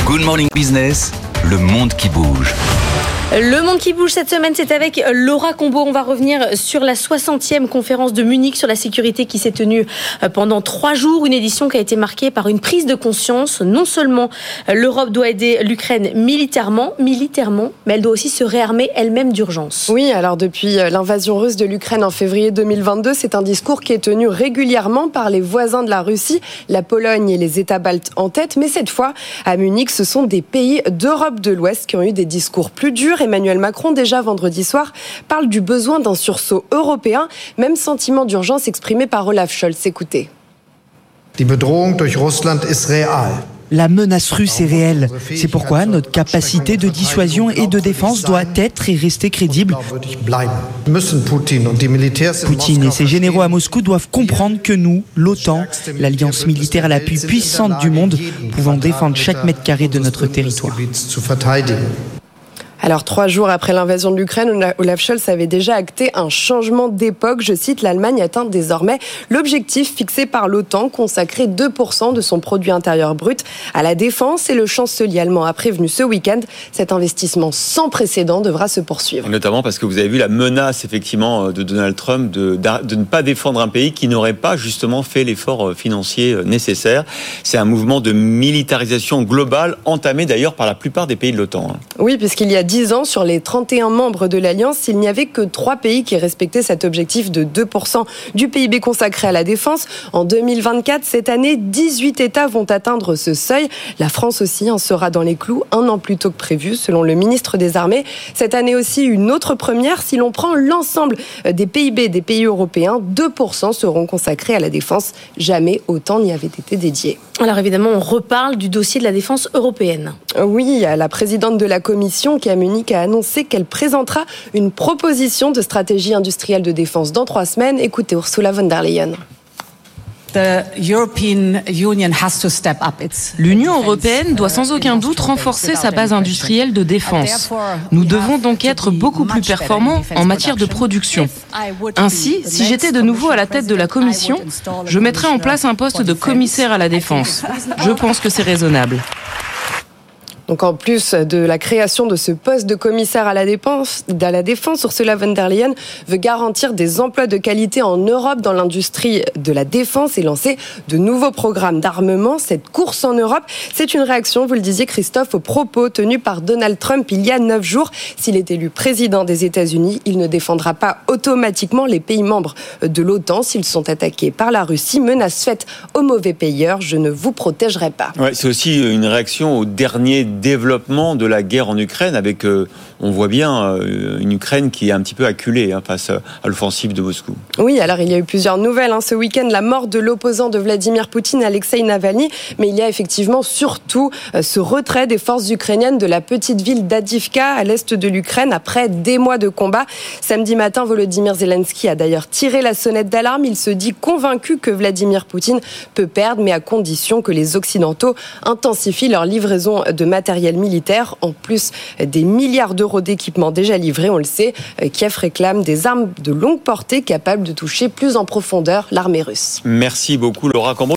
Good Morning Business, le monde qui bouge. Le monde qui bouge cette semaine, c'est avec Laura Combeau. On va revenir sur la 60e conférence de Munich sur la sécurité qui s'est tenue pendant 3 jours. Une édition qui a été marquée par une prise de conscience. Non seulement l'Europe doit aider l'Ukraine militairement, mais elle doit aussi se réarmer elle-même d'urgence. Oui, alors depuis l'invasion russe de l'Ukraine en février 2022, c'est un discours qui est tenu régulièrement par les voisins de la Russie, la Pologne et les États baltes en tête. Mais cette fois, à Munich, ce sont des pays d'Europe de l'Ouest qui ont eu des discours plus durs. Emmanuel Macron, déjà vendredi soir, parle du besoin d'un sursaut européen. Même sentiment d'urgence exprimé par Olaf Scholz. Écoutez. Die Bedrohung durch Russland ist real. La menace russe est réelle. C'est pourquoi notre capacité de dissuasion et de défense doit être et rester crédible. Poutine et ses généraux à Moscou doivent comprendre que nous, l'OTAN, l'alliance militaire la plus puissante du monde, pouvons défendre chaque mètre carré de notre territoire. Alors 3 jours après l'invasion de l'Ukraine, Olaf Scholz avait déjà acté un changement d'époque. Je cite, l'Allemagne atteint désormais l'objectif fixé par l'OTAN, consacrer 2% de son produit intérieur brut à la défense. Et le chancelier allemand a prévenu ce week-end, cet investissement sans précédent devra se poursuivre. Notamment parce que vous avez vu la menace effectivement de Donald Trump de ne pas défendre un pays qui n'aurait pas justement fait l'effort financier nécessaire. C'est un mouvement de militarisation globale entamé d'ailleurs par la plupart des pays de l'OTAN. Oui, puisqu'il y a 10 ans, sur les 31 membres de l'Alliance, il n'y avait que 3 pays qui respectaient cet objectif de 2% du PIB consacré à la défense. En 2024, cette année, 18 États vont atteindre ce seuil. La France aussi sera dans les clous 1 an plus tôt que prévu, selon le ministre des Armées. Cette année aussi, une autre première, si l'on prend l'ensemble des PIB des pays européens, 2% seront consacrés à la défense. Jamais autant n'y avait été dédié. Alors évidemment, on reparle du dossier de la défense européenne. Oui, la présidente de la Commission qui à Munich a annoncé qu'elle présentera une proposition de stratégie industrielle de défense dans 3 semaines. Écoutez Ursula von der Leyen. L'Union européenne doit sans aucun doute renforcer sa base industrielle de défense. Nous devons donc être beaucoup plus performants en matière de production. Ainsi, si j'étais de nouveau à la tête de la Commission, je mettrais en place un poste de commissaire à la défense. Je pense que c'est raisonnable. Donc en plus de la création de ce poste de commissaire à la défense, Ursula von der Leyen veut garantir des emplois de qualité en Europe dans l'industrie de la défense et lancer de nouveaux programmes d'armement. Cette course en Europe, c'est une réaction, vous le disiez Christophe, aux propos tenus par Donald Trump il y a 9 jours. S'il est élu président des États-Unis, il ne défendra pas automatiquement les pays membres de l'OTAN s'ils sont attaqués par la Russie. Menace faite aux mauvais payeurs, je ne vous protégerai pas. Ouais, c'est aussi une réaction au dernier développement de la guerre en Ukraine avec, on voit bien, une Ukraine qui est un petit peu acculée face à l'offensive de Moscou. Oui, alors il y a eu plusieurs nouvelles. Ce week-end, la mort de l'opposant de Vladimir Poutine, Alexeï Navalny, mais il y a effectivement surtout ce retrait des forces ukrainiennes de la petite ville d'Adivka à l'est de l'Ukraine après des mois de combat. Samedi matin, Volodymyr Zelensky a d'ailleurs tiré la sonnette d'alarme. Il se dit convaincu que Vladimir Poutine peut perdre, mais à condition que les Occidentaux intensifient leur livraison de matériel militaire, en plus des milliards d'euros d'équipements déjà livrés. On le sait, Kiev réclame des armes de longue portée capables de toucher plus en profondeur l'armée russe. Merci beaucoup Laura Combeau.